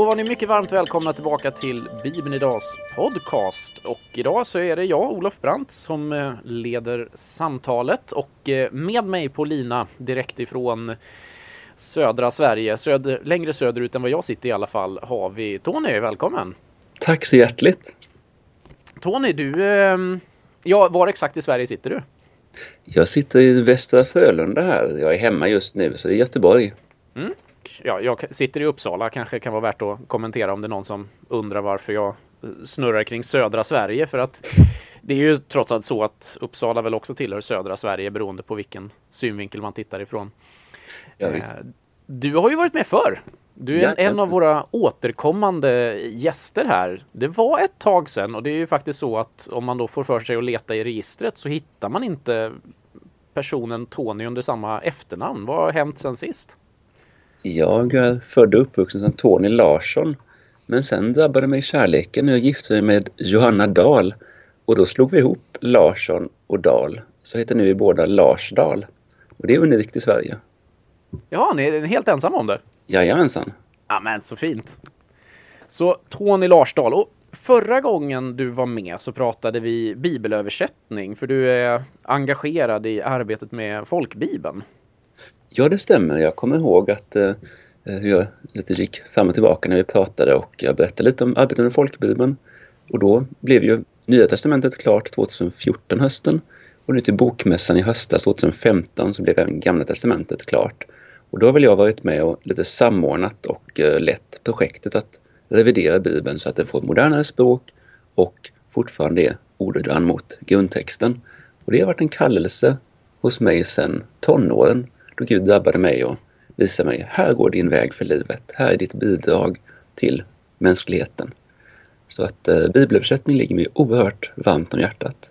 Då var ni mycket varmt välkomna tillbaka till Bibeln Idags podcast. Och idag så är det jag, Olof Brandt, som leder samtalet. Och med mig på lina direkt ifrån södra Sverige, längre söderut än vad jag sitter i alla fall, har vi Tony. Välkommen! Tack så hjärtligt! Tony, du... var exakt i Sverige sitter du? Jag sitter i Västra Frölunda här. Jag är hemma just nu, så det är Göteborg. Mm. Ja, jag sitter i Uppsala. Kanske kan vara värt att kommentera om det är någon som undrar varför jag snurrar kring södra Sverige. För att det är ju trots allt så att Uppsala väl också tillhör södra Sverige beroende på vilken synvinkel man tittar ifrån. Ja, visst. Du har ju varit med förr. Du är en av våra återkommande gäster här. Det var ett tag sedan, och det är ju faktiskt så att om man då får för sig att leta i registret så hittar man inte personen Tony under samma efternamn. Vad har hänt sen sist? Jag är född och uppvuxen som Tony Larsson, men sen drabbade mig kärleken när jag gifte mig med Johanna Dahl, och då slog vi ihop Larsson och Dahl. Så heter nu vi båda Larsdal, och det är unikt i Sverige. Ja, ni är helt ensamma om det. Jajamensan. Ja, men så fint. Så Tony Larsdal, och förra gången du var med så pratade vi bibelöversättning, för du är engagerad i arbetet med folkbibeln. Ja, det stämmer. Jag kommer ihåg att jag lite gick fram och tillbaka när vi pratade, och jag berättade lite om arbetet med folkbibeln. Och då blev ju Nya testamentet klart 2014 hösten, och nu till bokmässan i höstas 2015 så blev även Gamla testamentet klart. Och då har väl jag varit med och lite samordnat och lett projektet att revidera Bibeln så att det får ett modernare språk och fortfarande är ordagrann mot grundtexten. Och det har varit en kallelse hos mig sedan tonåren, då Gud drabbade mig och visade mig: här går din väg för livet, här är ditt bidrag till mänskligheten. Så att bibelöversättning ligger mig oerhört varmt om hjärtat.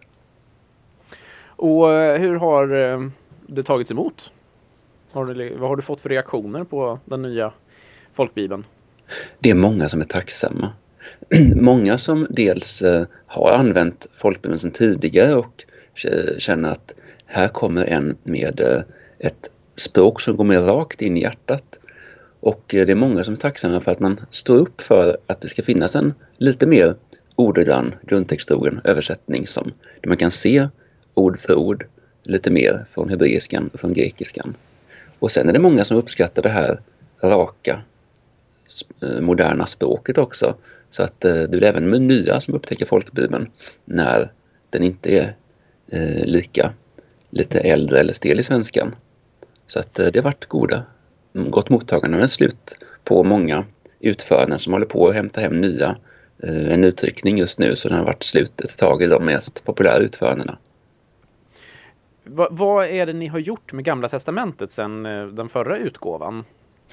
Och hur har det tagits emot? Vad har du fått för reaktioner på den nya folkbibeln? Det är många som är tacksamma. Många som dels har använt folkbibeln sedan tidigare och känner att här kommer en med ett språk som går mer rakt in i hjärtat. Och det är många som är tacksamma för att man står upp för att det ska finnas en lite mer ordagrann, grundtexttrogen översättning där man kan se ord för ord lite mer från hebreiskan och från grekiskan. Och sen är det många som uppskattar det här raka, moderna språket också. Så att det blir även nya som upptäcker folkbibeln när den inte är lite äldre eller stel i svenskan. Så att det har varit gott mottagande, men slut på många utföranden som håller på att hämta hem en uttryckning just nu, så den har varit slut ett tag i de mest populära utförandena. Vad är det ni har gjort med Gamla testamentet sedan den förra utgåvan?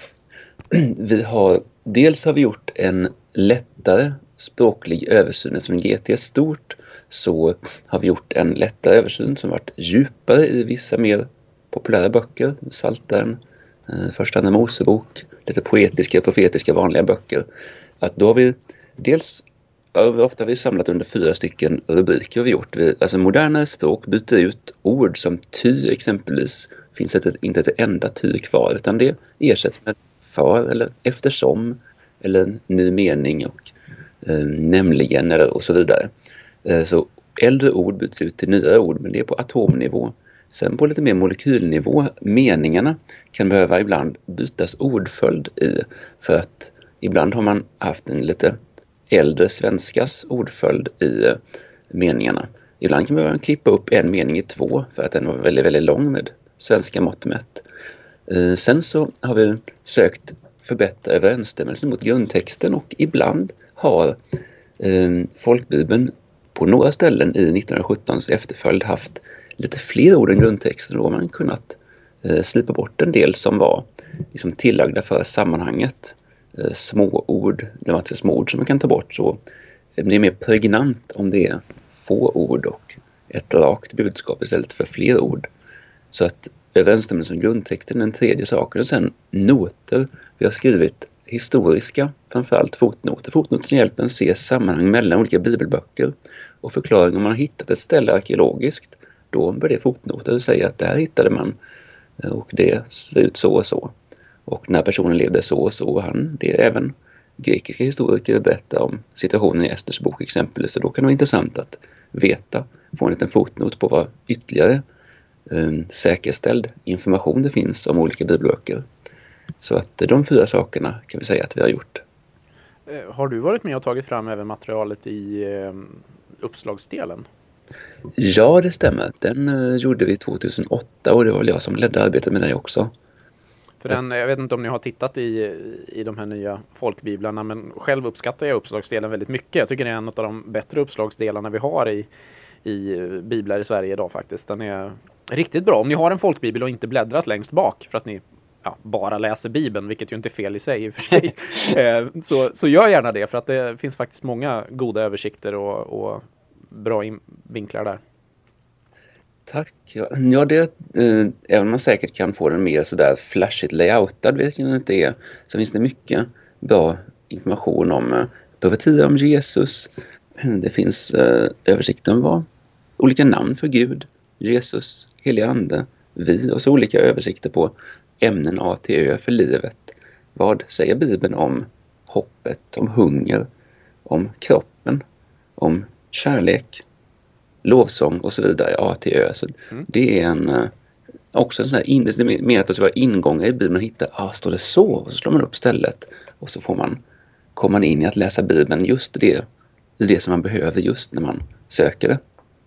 Dels har vi gjort en lättare språklig översyn. Eftersom GT är stort så har vi gjort en lättare översyn som varit djupare i vissa mer populära böcker. Psaltaren, Första Andra Mosebok, lite poetiska, profetiska vanliga böcker. Att då har vi dels... Ofta har vi samlat under 4 stycken rubriker har vi gjort. Alltså modernare språk byter ut ord som ty exempelvis. Finns inte ett enda ty kvar, utan det ersätts med för eller eftersom eller en ny mening och nämligen och så vidare. Så äldre ord byts ut till nya ord, men det är på atomnivå. Sen på lite mer molekylnivå, meningarna kan behöva ibland bytas ordföljd i, för att ibland har man haft en lite äldre svenskas ordföljd i meningarna. Ibland kan man klippa upp en mening i 2 för att den var väldigt, väldigt lång med svenska mått mätt. Sen så har vi sökt förbättra överensstämmelsen mot grundtexten, och ibland har folkbibeln på några ställen i 1917s efterföljd haft lite fler ord än grundtexten, och man kunnat slipa bort en del som var liksom tillagda för sammanhanget. Små ord, grammatiska små ord som man kan ta bort, så det blir mer pregnant om det är få ord och ett rakt budskap istället för fler ord. Så att överensstämmelsen med grundtexten är den tredje saken. Och sen noter. Vi har skrivit historiska, framförallt fotnoter. Fotnoter hjälper en att se sammanhang mellan olika bibelböcker och förklaring. Om man har hittat ett ställe arkeologiskt, då bör det fotnoter och säga att där hittade man och det ser ut så och så. Och när personen levde så och så, det är även grekiska historiker berättar om situationen i Esters bok exempelvis. Så då kan det vara intressant att veta, få en liten fotnot på vad ytterligare säkerställd information det finns om olika bibelböcker. Så att de 4 sakerna kan vi säga att vi har gjort. Har du varit med och tagit fram även materialet i uppslagsdelen? Ja, det stämmer. Den gjorde vi 2008 och det var väl jag som ledde arbetet med den också. För jag vet inte om ni har tittat i de här nya folkbiblarna, men själv uppskattar jag uppslagsdelen väldigt mycket. Jag tycker det är en av de bättre uppslagsdelarna vi har i biblar i Sverige idag faktiskt. Den är riktigt bra. Om ni har en folkbibel och inte bläddrat längst bak för att ni bara läser Bibeln, vilket ju inte är fel i sig i och för sig, så gör gärna det, för att det finns faktiskt många goda översikter och bra vinklar där. Tack. Ja, även om man säkert kan få den mer sådär flashigt layoutad, vet jag inte är, så finns det mycket bra information om profetier om Jesus. Det finns översikter om vad olika namn för Gud, Jesus, heliga ande, vi, och så olika översikter på ämnen A till Ö för livet. Vad säger Bibeln om hoppet, om hunger, om kroppen, om kärlek, lovsång och så vidare, A till Ö. Så det är också en sån här, det är mer att det ska vara ingångar i Bibeln och hitta, står det så? Och så slår man upp stället och så kommer man in i att läsa Bibeln just det som man behöver just när man söker det.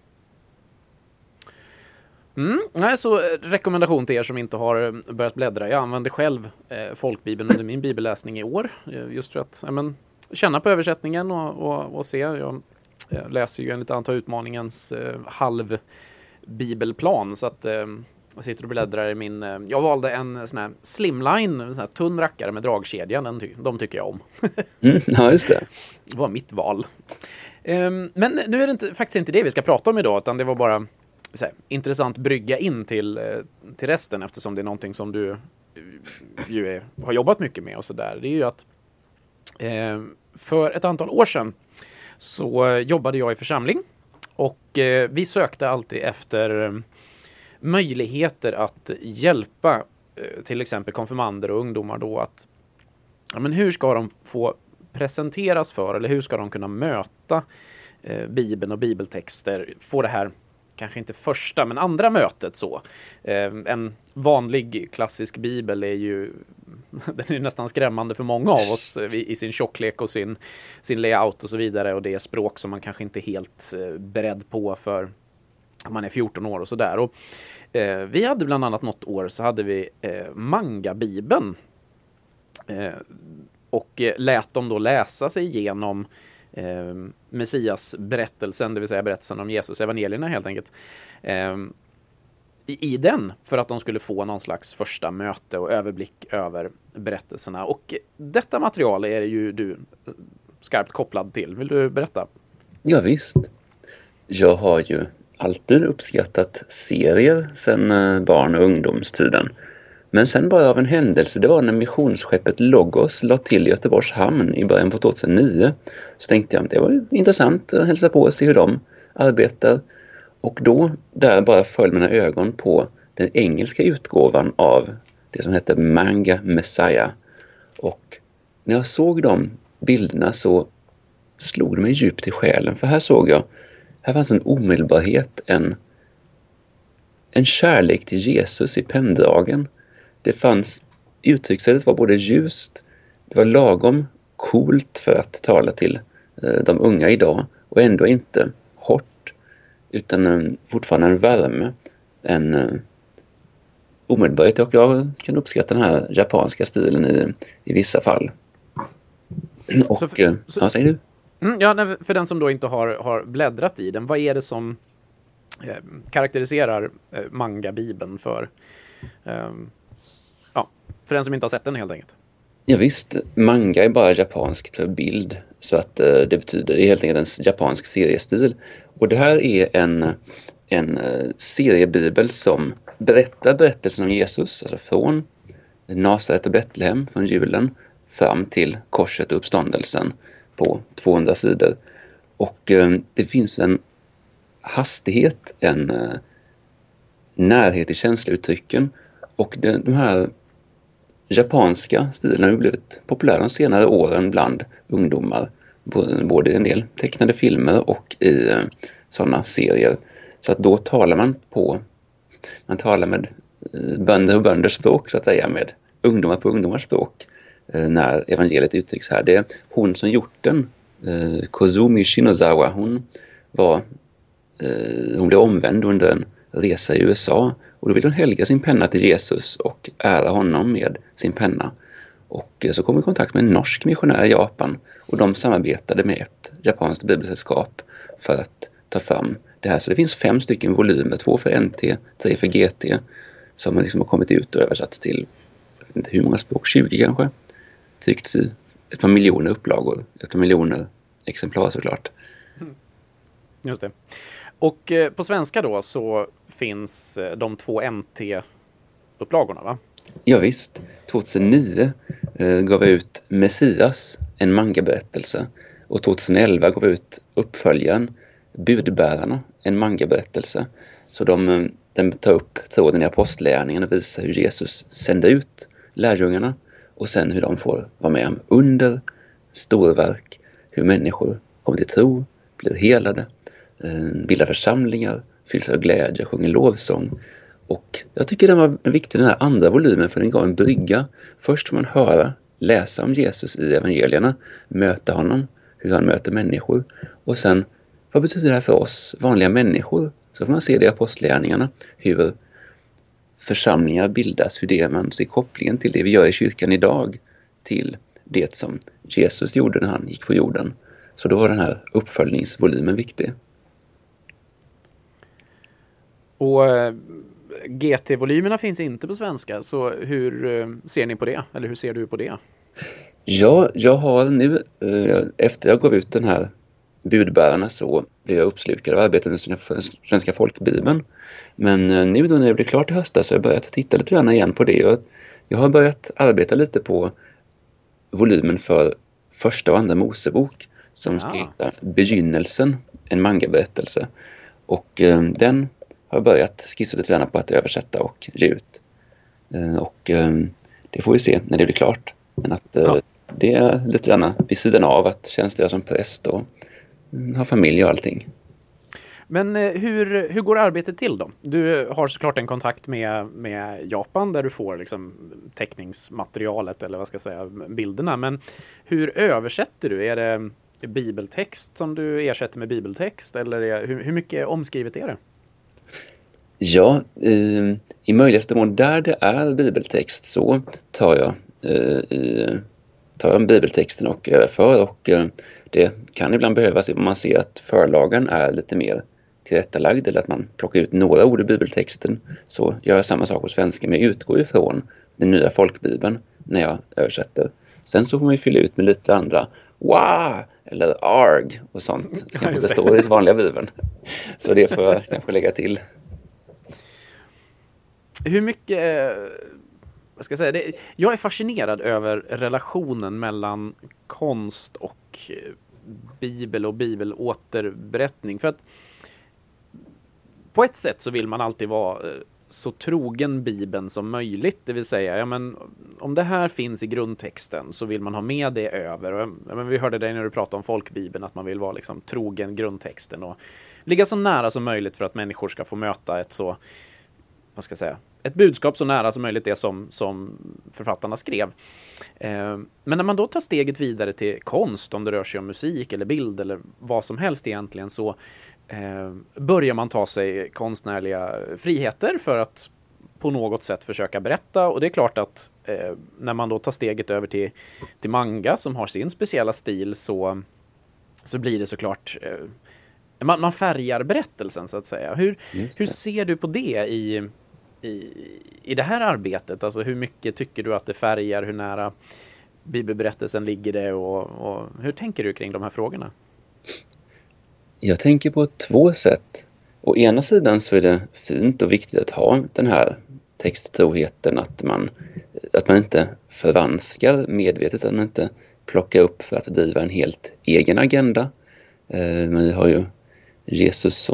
Så rekommendation till er som inte har börjat bläddra. Jag använder själv folkbibeln under min bibelläsning i år. Just för att känna på översättningen och se. Jag läser ju enligt antal utmaningens halvbibelplan. Så att jag sitter och bläddrar i min... jag valde en sån här slimline, en sån här tunn rackare med dragkedjan. De tycker jag om. Ja, just det. Det var mitt val. Men nu är det faktiskt inte det vi ska prata om idag, utan det var bara... intressant brygga in till resten, eftersom det är någonting som du ju har jobbat mycket med och sådär. Det är ju att för ett antal år sedan så jobbade jag i församling och vi sökte alltid efter möjligheter att hjälpa till exempel konfirmander och ungdomar då att hur ska de få presenteras för, eller hur ska de kunna möta Bibeln och bibeltexter, få det här kanske inte första, men andra mötet så. En vanlig klassisk bibel är ju den är nästan skrämmande för många av oss i sin tjocklek och sin layout och så vidare, och det är språk som man kanske inte är helt beredd på för om man är 14 år och sådär. Och vi hade bland annat något år så hade vi manga-bibeln och lät dem då läsa sig igenom Messias berättelsen, det vill säga berättelsen om Jesus, evangelierna helt enkelt, i den, för att de skulle få någon slags första möte och överblick över berättelserna. Och detta material är ju du skarpt kopplad till. Vill du berätta? Ja, visst. Jag har ju alltid uppskattat serier sedan barn- och ungdomstiden. Men sen bara av en händelse, det var när missionsskeppet Logos la till Göteborgs hamn i början på 2009. Så tänkte jag att det var intressant att hälsa på och se hur de arbetar. Och då där bara föll mina ögon på den engelska utgåvan av det som heter Manga Messiah. Och när jag såg de bilderna så slog det mig djupt i själen. För här fanns en omedelbarhet, en kärlek till Jesus i penndragen. Det fanns, uttryckssättet var både ljust, det var lagom coolt för att tala till de unga idag, och ändå inte hårt, utan fortfarande en värme, en omedelbarhet. Och jag kan uppskatta den här japanska stilen i vissa fall. Och, ja, säger du? För den som då inte har bläddrat i den, vad är det som karaktäriserar manga-bibeln för den som inte har sett den helt enkelt? Ja visst, manga är bara japanskt för bild, så att det betyder helt enkelt en japansk seriestil. Och det här är en seriebibel som berättar berättelsen om Jesus, alltså från Nasaret och Betlehem, från julen fram till korset och uppståndelsen på 200 sidor. Och det finns en hastighet, en närhet i känslouttrycken, och de här japanska stilen har blivit populär de senare åren bland ungdomar. Både i en del tecknade filmer och i sådana serier. Så att då talar man talar med bönder och bönders språk så att säga, med ungdomar på ungdomars språk när evangeliet uttrycks här. Det är hon som gjort den, Kozumi Shinozawa, hon blev omvänd under en resa i USA och då vill hon helga sin penna till Jesus och ära honom med sin penna. Och så kom i kontakt med en norsk missionär i Japan och de samarbetade med ett japanskt bibelsällskap för att ta fram det här. Så det finns 5 stycken volymer, 2 för NT, 3 för GT, som liksom har kommit ut och översatts till, jag vet inte hur många språk, 20 kanske. Tryckts i ett par miljoner upplagor, ett par miljoner exemplar såklart. Just det. Och på svenska då så finns de 2 NT-upplagorna, va? Ja visst. 2009 gav jag ut Messias, en mangaberättelse. Och 2011 gav jag ut uppföljaren Budbärarna, en mangaberättelse. Så den tar upp tråden i apostlärningen och visar hur Jesus sände ut lärjungarna. Och sen hur de får vara med om under, storverk, hur människor kommer till tro, blir helade, bildar församlingar, fylls av glädje, sjunger lovsång. Och jag tycker den var viktig, den här andra volymen, för den gav en brygga. Först får man höra, läsa om Jesus i evangelierna, möta honom, hur han möter människor. Och sen, vad betyder det här för oss vanliga människor? Så får man se det i apostlärningarna, hur församlingar bildas, hur det man ser kopplingen till det vi gör i kyrkan idag till det som Jesus gjorde när han gick på jorden. Så då var den här uppföljningsvolymen viktig. Och GT-volymerna finns inte på svenska, så hur ser ni på det? Eller hur ser du på det? Ja, jag har nu, efter jag gav ut den här Budbärarna, så blev jag uppslukad av arbetet med Svenska folkbibeln. Men nu då när det blir klart i höstas så har jag börjat titta lite grann igen på det. Jag har börjat arbeta lite på volymen för första och andra Mosebok som ska heta Begynnelsen, en mangaberättelse. Och den har jag börjat skissa lite grann på att översätta och ge ut. Och det får vi se när det blir klart. Men att det är lite grann vid sidan av att tjänstgöra som präst och ha familj och allting. Men hur går arbetet till då? Du har såklart en kontakt med Japan där du får liksom teckningsmaterialet, eller vad ska jag säga, bilderna. Men hur översätter du? Är det bibeltext som du ersätter med bibeltext? Eller hur mycket omskrivet är det? Ja, i möjligaste mån där det är bibeltext så tar jag bibeltexten och överför, och det kan ibland behövas om man ser att förlagen är lite mer tillrättalagd eller att man plockar ut några ord i bibeltexten, så gör jag samma sak på svenska, men jag utgår ifrån den nya folkbibeln när jag översätter. Sen så får man ju fylla ut med lite andra wow eller arg och sånt som inte står i den vanliga bibeln. Så det får jag kanske lägga till. Hur mycket, vad ska jag säga, jag är fascinerad över relationen mellan konst och bibel och bibelåterberättning. För att på ett sätt så vill man alltid vara så trogen Bibeln som möjligt. Det vill säga, ja, men om det här finns i grundtexten så vill man ha med det över. Och, ja, men vi hörde dig när du pratade om folkbibeln, att man vill vara liksom trogen grundtexten och ligga så nära som möjligt för att människor ska få möta ett så, vad ska jag säga, ett budskap så nära som möjligt det som författarna skrev. Men när man då tar steget vidare till konst, om det rör sig om musik eller bild eller vad som helst egentligen, så börjar man ta sig konstnärliga friheter för att på något sätt försöka berätta. Och det är klart att när man då tar steget över till manga som har sin speciella stil, så blir det såklart man färgar berättelsen så att säga. Hur ser du på det i det här arbetet? Alltså hur mycket tycker du att det färgar, hur nära bibelberättelsen ligger det, och hur tänker du kring de här frågorna? Jag tänker på 2 sätt. Å ena sidan så är det fint och viktigt att ha den här texttroheten, att man inte förvanskar medvetet, att man inte plockar upp för att driva en helt egen agenda. Men vi har ju Jesus som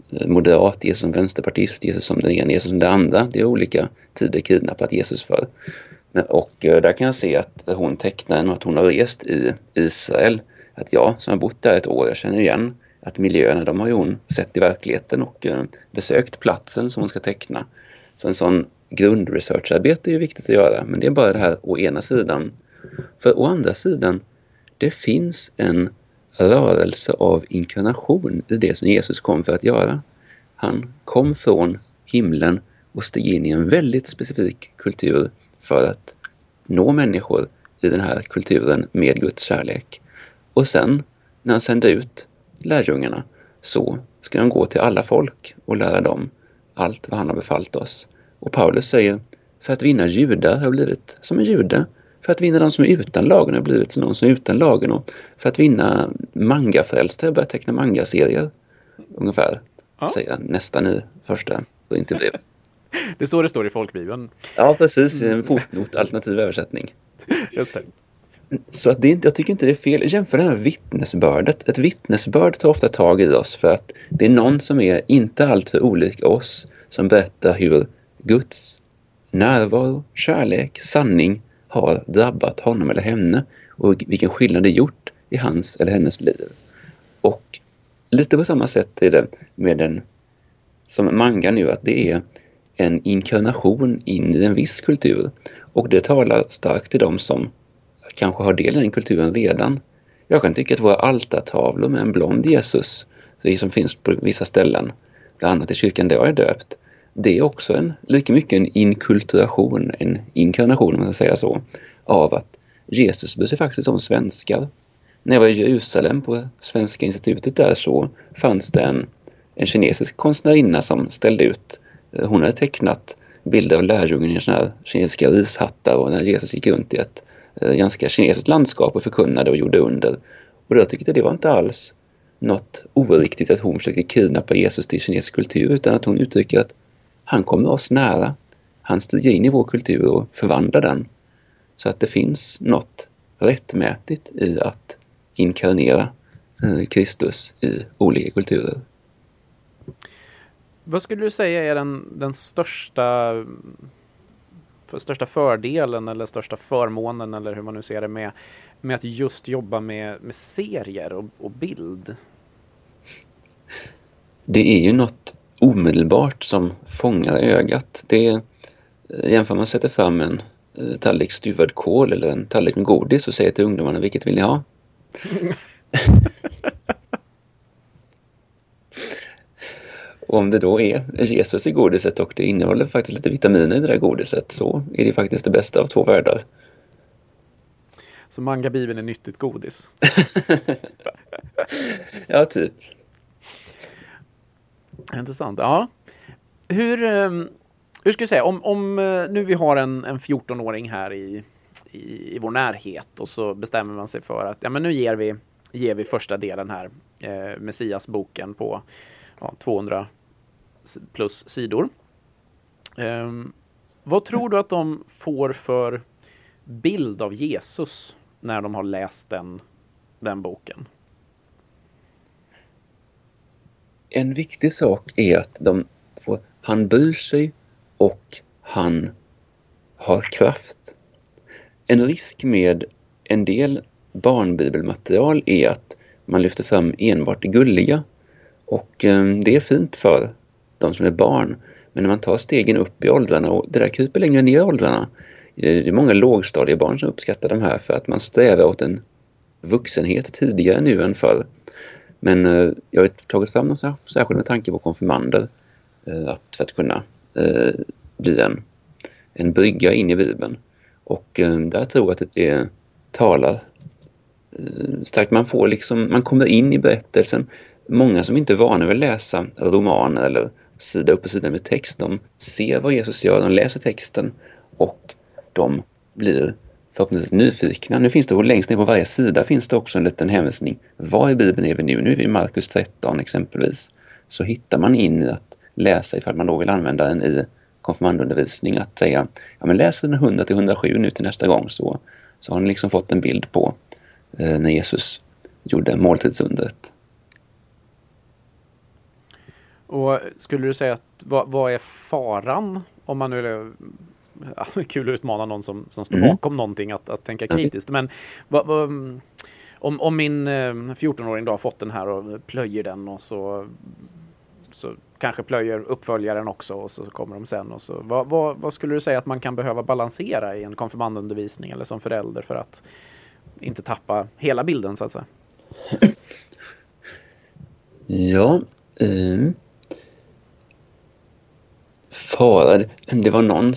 moderat, Jesus som vänsterpartist, Jesus som den ena, Jesus som den andra. Det är olika tider kidnappat Jesus för. Och där kan jag se att hon tecknar att hon har rest i Israel. Att jag som har bott där ett år, jag känner igen att miljöerna, de har ju hon sett i verkligheten och besökt platsen som hon ska teckna. Så en sån grundresearcharbete är ju viktigt att göra, men det är bara det här å ena sidan. För å andra sidan, det finns en rörelse av inkarnation i det som Jesus kom för att göra. Han kom från himlen och steg in i en väldigt specifik kultur för att nå människor i den här kulturen med Guds kärlek. Och sen, när han sände ut lärjungarna, så ska de gå till alla folk och lära dem allt vad han har befallt oss. Och Paulus säger, för att vinna judar har blivit som en jude. För att vinna de som är utan lagen har blivit som de som är utan lagen. Och för att vinna mangafrälsta har jag börjat teckna mangaserier. Ungefär, säger jag nästan i första intervjun. Det är så det står i folkbibeln. Ja, precis. En fotnot, alternativ översättning. Just det. Så att jag tycker inte det är fel. Jämför det här vittnesbördet. Ett vittnesbörd tar ofta tag i oss för att det är någon som är inte allt för olik oss som berättar hur Guds närvaro, kärlek, sanning har drabbat honom eller henne och vilken skillnad det gjort i hans eller hennes liv. Och lite på samma sätt är det med den som manga nu, att det är en inkarnation in i en viss kultur. Och det talar starkt till dem som kanske har del i den kulturen redan. Jag kan tycka att våra altartavlor med en blond Jesus, som finns på vissa ställen, bland annat i kyrkan där jag är döpt, det är också lika mycket en inkulturation, en inkarnation om man ska säga så, av att Jesus bryr sig faktiskt om svenskar. När jag var i Jerusalem på Svenska institutet där, så fanns det en kinesisk konstnärinna som ställde ut. Hon hade tecknat bilder av lärjungen i såna här kinesiska rishattar och när Jesus gick runt i ett ganska kinesiskt landskap och förkunnade och gjorde under. Och då tyckte jag det var inte alls något oriktigt att hon försökte kidnappa Jesus till kinesisk kultur, utan att hon uttrycker att han kommer oss nära. Han stiger in i vår kultur och förvandlar den. Så att det finns något rättmätigt i att inkarnera Kristus i olika kulturer. Vad skulle du säga är den största fördelen eller största förmånen, eller hur man nu ser det, med att just jobba med serier och bild? Det är ju något omedelbart som fångar ögat. Jämför man sätter fram en tallrik stuvad kål eller en tallrik med godis och säger till ungdomarna, vilket vill ni ha? Och om det då är Jesus i godiset och det innehåller faktiskt lite vitaminer i det där godiset, så är det faktiskt det bästa av två världar. Så manga-bibeln är nyttigt godis? Ja, typ. Intressant, ja. Hur ska jag säga, om nu vi har en 14-åring här i vår närhet och så bestämmer man sig för att men nu ger vi första delen här, Messias-boken på 200 plus sidor. Vad tror du att de får för bild av Jesus när de har läst den boken? En viktig sak är att han bryr sig och han har kraft. En risk med en del barnbibelmaterial är att man lyfter fram enbart det gulliga. Och det är fint för de som är barn. Men när man tar stegen upp i åldrarna och det där kryper längre ner i åldrarna. Det är många lågstadiebarn som uppskattar de här för att man strävar åt en vuxenhet tidigare nu än förr. Men jag har tagit fram någon särskild med tanke på konfirmander. För att kunna bli en brygga in i Bibeln. Och där tror jag att det talar starkt. Man kommer in i berättelsen. Många som inte är vana vid att läsa romaner eller sida upp och sida med text, de ser vad Jesus gör, de läser texten och de blir förhoppningsvis nyfikna. Nu finns det längst ner på varje sida finns det också en liten hänvisning. Var i Bibeln är vi nu? Nu är vi i Markus 13 exempelvis. Så hittar man in i att läsa ifall man då vill använda den i konfirmandundervisning, att säga, men läs den 100-107 nu till nästa gång, så har ni liksom fått en bild på när Jesus gjorde måltidsundret. Och skulle du säga att vad är faran om man nu kul att utmana någon som står bakom någonting att tänka kritiskt. Men om min 14-åring då har fått den här och plöjer den och så kanske plöjer uppföljaren också och så kommer de sen och så vad skulle du säga att man kan behöva balansera i en konfirmandundervisning eller som förälder för att inte tappa hela bilden så att säga? Ja, fara. Det var någon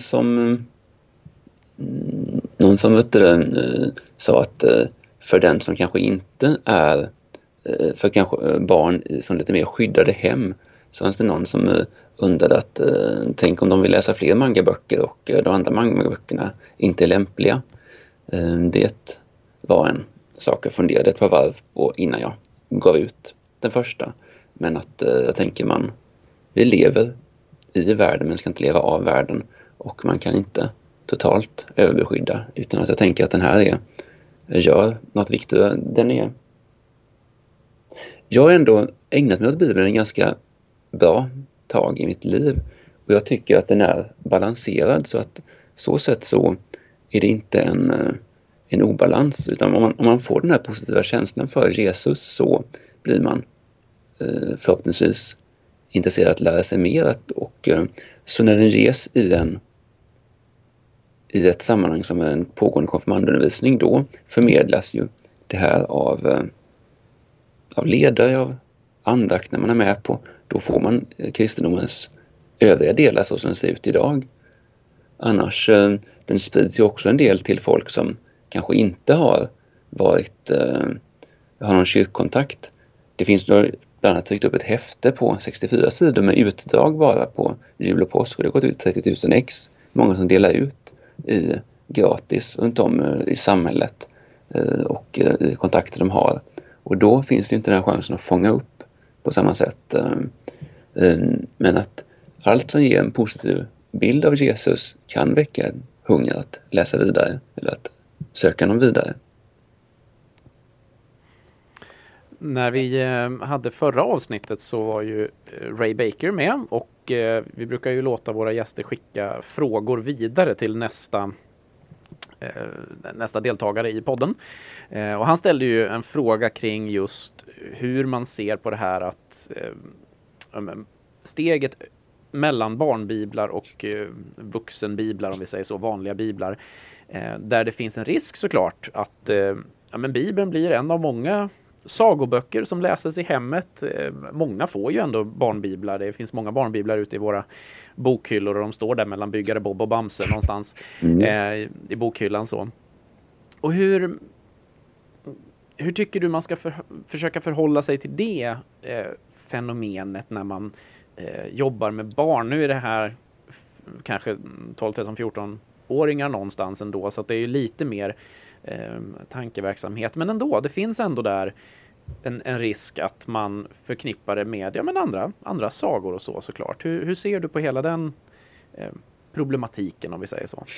som vet du, sa att för den som kanske inte är för kanske barn från lite mer skyddade hem, så fanns det någon som undrade att tänk om de vill läsa fler mangaböcker och de andra mangaböckerna inte är lämpliga. Det var en sak jag funderade ett par varv på innan jag gav ut den första. Men att jag tänker vi lever i världen men ska inte leva av världen, och man kan inte totalt överbeskydda, utan att jag tänker att den här gör något viktigt. Jag har ändå ägnat mig åt Bibeln en ganska bra tag i mitt liv, och jag tycker att den är balanserad, så att så sett så är det inte en obalans, utan om man får den här positiva känslan för Jesus så blir man förhoppningsvis intresserad att lära sig mer, och så när den ges i ett sammanhang som en pågående konfirmandundervisning, då förmedlas ju det här av ledare, av andakt när man är med på. Då får man kristendomens övriga delar så som det ser ut idag. Annars, den sprids ju också en del till folk som kanske inte har någon kyrkkontakt. Det finns bland annat tryckt upp ett häfte på 64 sidor med utdrag bara på jul och påsk, och det har gått ut 30 000 ex. Många som delar ut gratis runt om i samhället och i kontakter de har. Och då finns det inte den här chansen att fånga upp på samma sätt. Men att allt som ger en positiv bild av Jesus kan väcka en hunger att läsa vidare eller att söka någon vidare. När vi hade förra avsnittet så var ju Ray Baker med, och vi brukar ju låta våra gäster skicka frågor vidare till nästa deltagare i podden. Och han ställde ju en fråga kring just hur man ser på det här att steget mellan barnbiblar och vuxenbiblar, om vi säger så, vanliga biblar, där det finns en risk såklart att Bibeln blir en av många sagoböcker som läses i hemmet. Många får ju ändå barnbiblar. Det finns många barnbiblar ute i våra bokhyllor, och de står där mellan Byggare Bob och Bamse någonstans i bokhyllan så. Och hur tycker du man ska försöka förhålla sig till det fenomenet när man jobbar med barn? Nu är det här kanske 12, 13, 14-åringar någonstans ändå, så att det är ju lite mer tankeverksamhet, men ändå, det finns ändå där en risk att man förknippar det med andra sagor och så, såklart. Hur ser du på hela den problematiken, om vi säger så?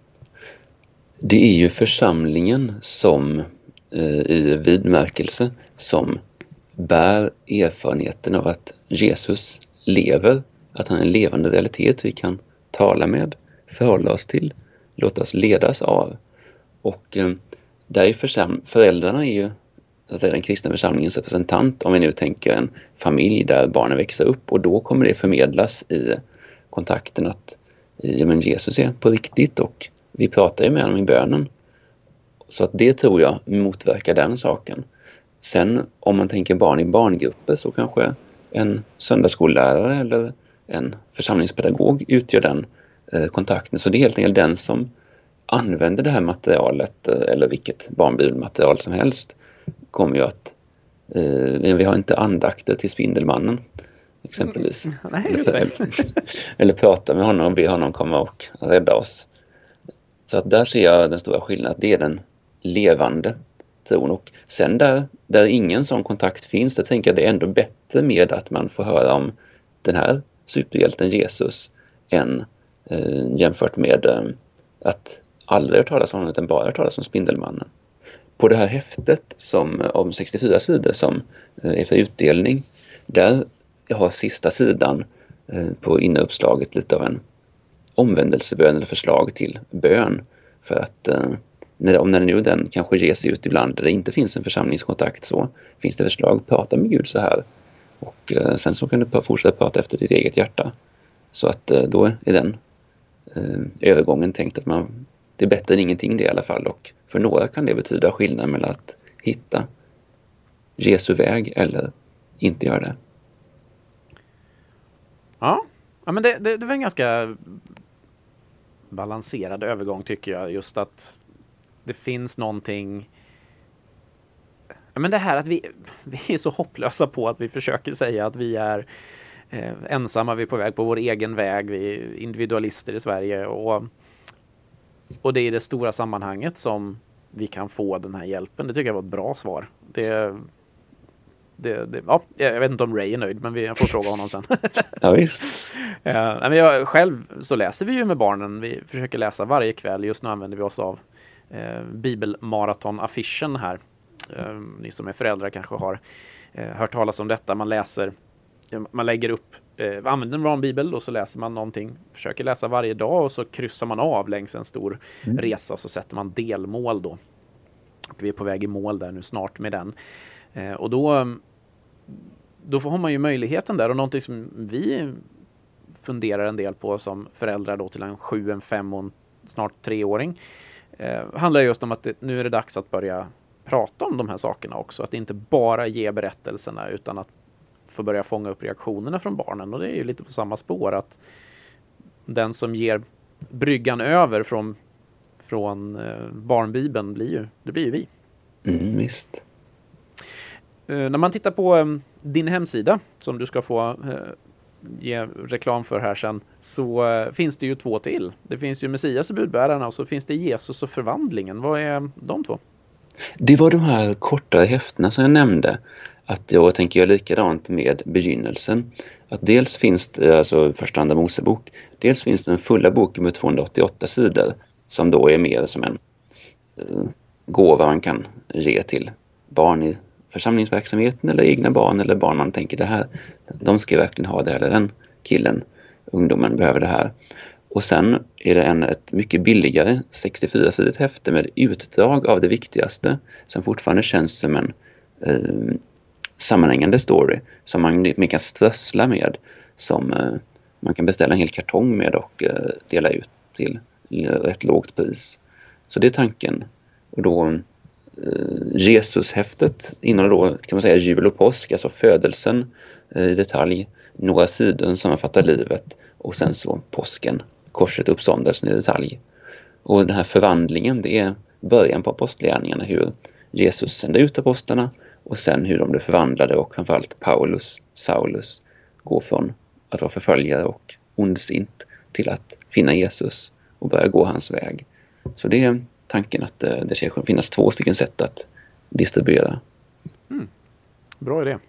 Det är ju församlingen som i vidmärkelse som bär erfarenheten av att Jesus lever, att han är en levande realitet vi kan tala med, förhålla oss till, låta oss ledas av. Och där är föräldrarna är ju den kristna församlingens representant, om vi nu tänker en familj där barnen växer upp, och då kommer det förmedlas i kontakten att Jesus är på riktigt, och vi pratar ju med honom i bönen. Så att det tror jag motverkar den saken. Sen om man tänker barn i barngrupper, så kanske en söndagsskollärare eller en församlingspedagog utgör den kontakten. Så det är helt enkelt den som använder det här materialet, eller vilket barnbibelmaterial som helst, kommer ju att vi har inte andakter till Spindelmannen exempelvis. Nej, just det. Eller prata med honom och be honom komma och rädda oss. Så att där ser jag den stora skillnaden, att det är den levande tron. Och sen där ingen sån kontakt finns, där tänker jag det är ändå bättre med att man får höra om den här superhjälten Jesus än jämfört med att aldrig hört talas om honom utan bara hört talas om Spindelmannen. På det här häftet om 64 sidor som är för utdelning, där jag har sista sidan på inneruppslaget lite av en omvändelsebön eller förslag till bön. För att när nu den kanske ges ut ibland där det inte finns en församlingskontakt, så finns det förslag, prata med Gud så här. Och sen så kan du fortsätta prata efter ditt eget hjärta. Så att då är den övergången tänkt att det är bättre än ingenting det i alla fall. Och för några kan det betyda skillnad mellan att hitta Jesu väg eller inte göra det. Ja men det var en ganska balanserad övergång tycker jag. Just att det finns någonting... Men det här att vi är så hopplösa på att vi försöker säga att vi är ensamma, vi är på väg på vår egen väg, vi är individualister i Sverige och det är det stora sammanhanget som vi kan få den här hjälpen. Det tycker jag var ett bra svar. Ja, jag vet inte om Ray är nöjd, men jag får fråga honom sen. Ja, visst. Men själv så läser vi ju med barnen. Vi försöker läsa varje kväll. Just nu använder vi oss av Bibelmaraton-affischen här. Ni som är föräldrar kanske har hört talas om detta. Man lägger upp, använder en barnbibel och så läser man någonting. Försöker läsa varje dag och så kryssar man av längs en stor resa och så sätter man delmål då. Och vi är på väg i mål där nu snart med den. Och då har man ju möjligheten där, och någonting som vi funderar en del på som föräldrar då till en 7, en 5 och en snart 3-åring handlar just om att nu är det dags att börja prata om de här sakerna också. Att inte bara ge berättelserna utan att få börja fånga upp reaktionerna från barnen. Och det är ju lite på samma spår att den som ger bryggan över från barnbibeln blir ju vi. Visst. När man tittar på din hemsida som du ska få ge reklam för här sen, så finns det ju 2 till. Det finns ju Messias och budbärarna och så finns det Jesus och förvandlingen. Vad är de 2? Det var de här kortare häftena som jag nämnde. Att jag tänker göra likadant med begynnelsen. Att dels finns det alltså första andra Mosebok. Dels finns det en fulla bok med 288 sidor som då är mer som en gåva man kan ge till barn i församlingsverksamheten eller egna barn eller barn man tänker det här, de ska verkligen ha det, eller den killen, ungdomen behöver det här. Och sen är det ett mycket billigare 64-sidigt häfte med utdrag av det viktigaste som fortfarande känns som en sammanhängande story som man kan strössla med, som man kan beställa en hel kartong med och dela ut till ett lågt pris. Så det är tanken. Och då Jesus-häftet innehåller då, kan man säga, jul och påsk, alltså födelsen i detalj, några sidor sammanfattar livet och sen så påsken, korset, uppståndelsen i detalj. Och den här förvandlingen, det är början på apostlagärningarna, hur Jesus sände ut apostlarna och sen hur de blev förvandlade och framförallt Saulus går från att vara förföljare och ondsint till att finna Jesus och börja gå hans väg. Så det är tanken att det ska finnas 2 stycken sätt att distribuera. Bra idé.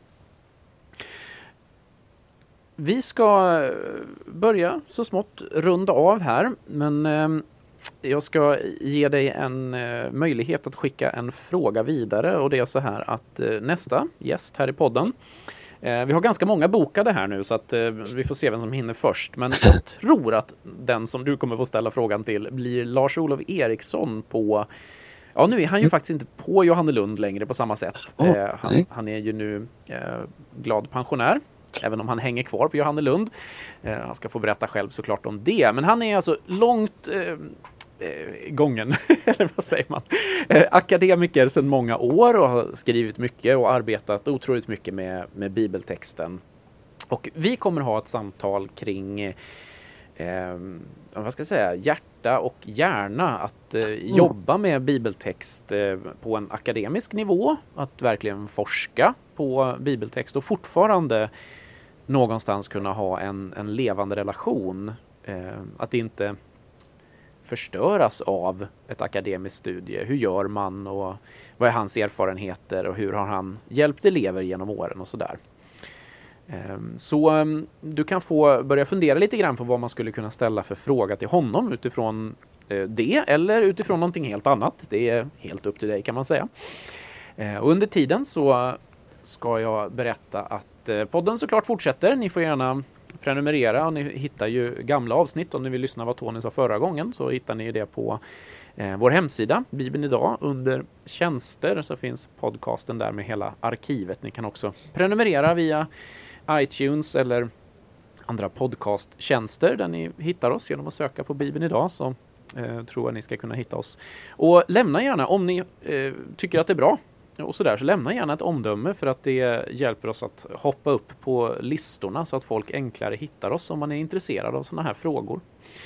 Vi ska börja så smått runda av här, men jag ska ge dig en möjlighet att skicka en fråga vidare, och det är så här att nästa gäst här i podden, vi har ganska många bokade här nu så att vi får se vem som hinner först, men jag tror att den som du kommer få ställa frågan till blir Lars-Olof Eriksson på... Ja, nu är han ju faktiskt inte på Johannelund längre på samma sätt. Han är ju nu glad pensionär, även om han hänger kvar på Johannelund. Han ska få berätta själv såklart om det. Men han är alltså långt gången, eller vad säger man? Akademiker sedan många år och har skrivit mycket och arbetat otroligt mycket med bibeltexten. Och vi kommer ha ett samtal kring vad ska jag säga, hjärta och hjärna, att jobba med bibeltext på en akademisk nivå, att verkligen forska på bibeltext och fortfarande någonstans kunna ha en levande relation, att inte förstöras av ett akademiskt studie. Hur gör man och vad är hans erfarenheter och hur har han hjälpt elever genom åren och sådär. Så du kan få börja fundera lite grann på vad man skulle kunna ställa för fråga till honom utifrån det eller utifrån någonting helt annat. Det är helt upp till dig, kan man säga. Och under tiden så ska jag berätta att podden såklart fortsätter. Ni får gärna prenumerera och ni hittar ju gamla avsnitt. Om ni vill lyssna vad Tony sa förra gången så hittar ni det på vår hemsida, Bibeln idag. Under tjänster så finns podcasten där med hela arkivet. Ni kan också prenumerera via iTunes eller andra podcasttjänster där ni hittar oss genom att söka på Bibeln idag, så tror jag ni ska kunna hitta oss. Och lämna gärna, om ni tycker att det är bra och sådär, så lämna gärna ett omdöme, för att det hjälper oss att hoppa upp på listorna så att folk enklare hittar oss om man är intresserad av sådana här frågor.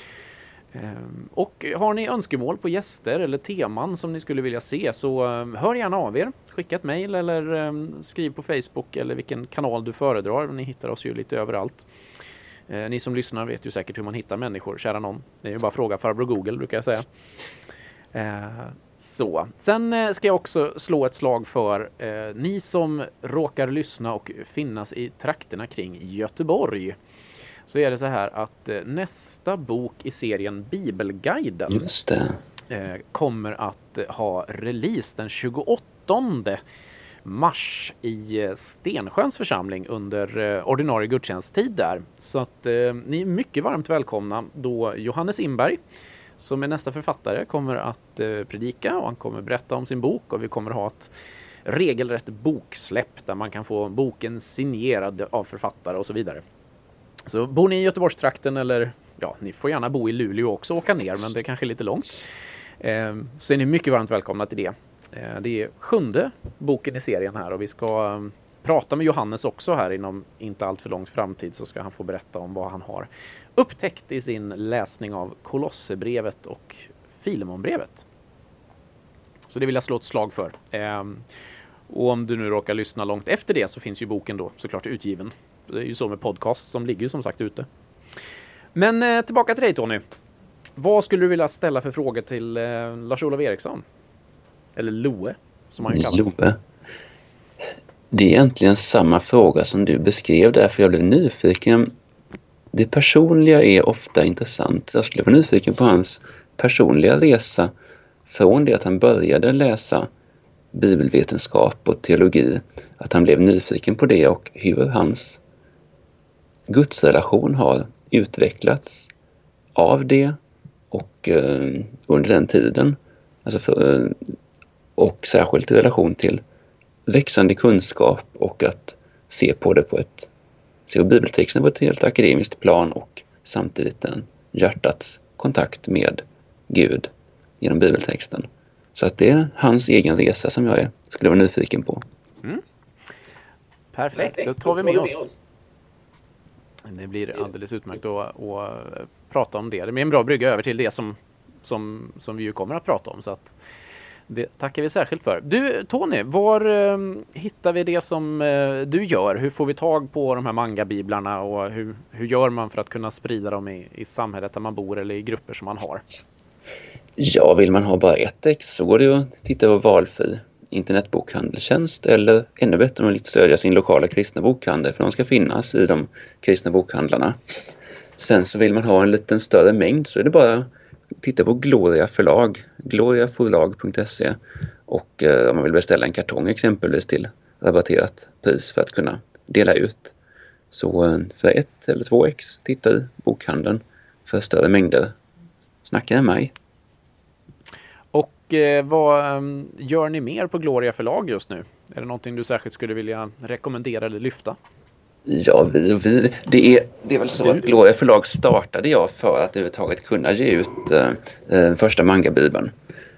Och har ni önskemål på gäster eller teman som ni skulle vilja se, så hör gärna av er. Skicka ett mejl eller skriv på Facebook eller vilken kanal du föredrar. Ni hittar oss ju lite överallt. Ni som lyssnar vet ju säkert hur man hittar människor, kära någon. Det är ju bara fråga farbror Google, brukar jag säga. Så. Sen ska jag också slå ett slag för ni som råkar lyssna och finnas i trakterna kring Göteborg. Så är det så här att nästa bok i serien Bibelguiden Just det. kommer att ha release den 28 mars i Stensjöns församling under ordinarie gudstjänsttid där. Så att ni är mycket varmt välkomna då Johannes Imberg, som är nästa författare, kommer att predika och han kommer berätta om sin bok, och vi kommer ha ett regelrätt boksläpp där man kan få boken signerad av författare och så vidare. Så bor ni i Göteborgstrakten, eller ja, ni får gärna bo i Luleå också och åka ner, men det är kanske lite långt. Så är ni mycket varmt välkomna till det. Det är 7:e boken i serien här, och vi ska prata med Johannes också här inom inte allt för långt framtid, så ska han få berätta om vad han har upptäckt i sin läsning av Kolosserbrevet och Filemonbrevet. Så det vill jag slå ett slag för. Och om du nu råkar lyssna långt efter det, så finns ju boken då såklart utgiven. Det är ju så med podcast, de ligger ju som sagt ute. Men tillbaka till dig, Tony. Vad skulle du vilja ställa för frågor till Lars-Olof Eriksson? Eller Loe, som han kallas. Loe. Det är egentligen samma fråga som du beskrev där, för jag blev nyfiken. Det personliga är ofta intressant. Jag skulle vara nyfiken på hans personliga resa från det att han började läsa bibelvetenskap och teologi. Att han blev nyfiken på det och hur hans gudsrelation har utvecklats av det och under den tiden. Alltså och särskilt i relation till växande kunskap och att se på bibeltexten på ett helt akademiskt plan och samtidigt en hjärtats kontakt med Gud genom bibeltexten. Så att det är hans egen resa som jag skulle vara nyfiken på. Mm. Perfekt, då tar vi med oss. Det blir alldeles utmärkt att prata om det. Det blir en bra brygga över till det som vi ju kommer att prata om. Så att det tackar vi särskilt för. Du, Tony, var hittar vi det som du gör? Hur får vi tag på de här manga-biblarna och hur gör man för att kunna sprida dem i samhället där man bor eller i grupper som man har? Ja, vill man ha bara ett ex så går det att titta på valfri internetbokhandelstjänst, eller ännu bättre om man lite stödja sin lokala kristna bokhandel, för de ska finnas i de kristna bokhandlarna. Sen så vill man ha en liten större mängd, så är det bara titta på Gloria förlag, gloriaforlag.se, och om man vill beställa en kartong exempelvis till rabatterat pris för att kunna dela ut. Så för 1 eller 2 ex, titta i bokhandeln. För större mängder, snacka med mig. Och vad gör ni mer på Gloria förlag just nu? Är det någonting du särskilt skulle vilja rekommendera eller lyfta? Ja, det är väl så att Gloria förlag startade jag för att överhuvudtaget kunna ge ut första manga-bibeln.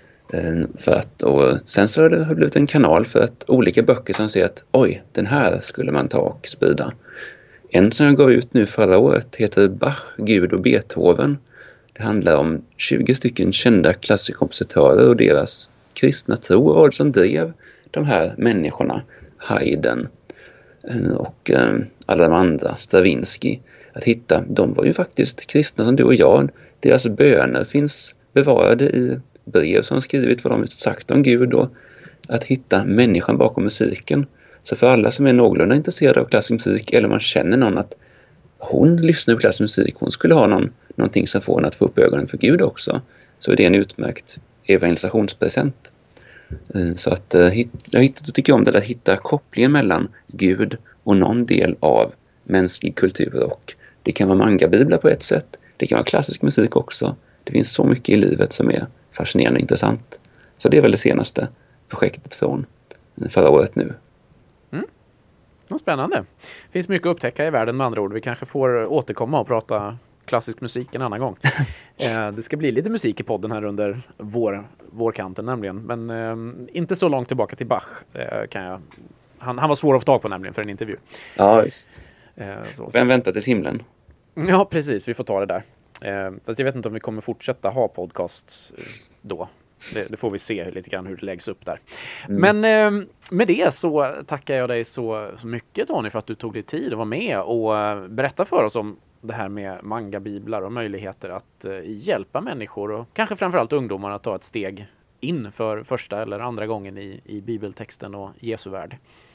Och sen så har det blivit en kanal för att olika böcker som säger att oj, den här skulle man ta och sprida. En som jag gav ut nu förra året heter Bach, Gud och Beethoven. Det handlar om 20 stycken kända klassikompositörer och deras kristna tro och vad som drev de här människorna, Haydn och alla de andra, Stravinsky, att hitta. De var ju faktiskt kristna som du och jag. Deras böner finns bevarade i brev som skrivit vad de sagt om Gud, och att hitta människan bakom musiken. Så för alla som är någorlunda intresserade av klassisk musik, eller man känner någon att hon lyssnar på klassisk musik, hon skulle ha någonting som får henne att få upp ögonen för Gud också, så är det en utmärkt evangelisationspresent. Så att jag tycker om det där, att hitta kopplingen mellan Gud och någon del av mänsklig kultur. Och det kan vara mangabiblar på ett sätt. Det kan vara klassisk musik också. Det finns så mycket i livet som är fascinerande och intressant. Så det är väl det senaste projektet från förra året nu. Spännande. Det finns mycket att upptäcka i världen med andra ord. Vi kanske får återkomma och prata klassisk musik en annan gång. Det ska bli lite musik i podden här under vårkanten nämligen. Men inte så långt tillbaka till Bach kan jag. Han var svår att få tag på nämligen för en intervju. Ja, visst. Så. Vem väntar tills himlen? Ja, precis. Vi får ta det där. Fast jag vet inte om vi kommer fortsätta ha podcasts då. Det får vi se lite grann hur det läggs upp där. Men med det så tackar jag dig så mycket, Tony, för att du tog dig tid att vara med och berätta för oss om det här med mangabiblar och möjligheter att hjälpa människor och kanske framförallt ungdomar att ta ett steg in för första eller andra gången i bibeltexten och Jesu värld.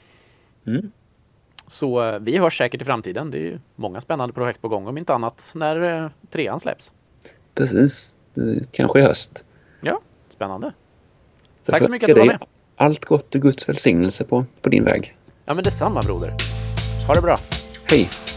Så vi hörs säkert i framtiden. Det är ju många spännande projekt på gång, om inte annat när 3:an släpps. Precis, kanske i höst. Ja, spännande. Tack så mycket att du var med. Allt gott och Guds välsignelse på din väg. Ja, men detsamma, broder. Ha det bra. Hej.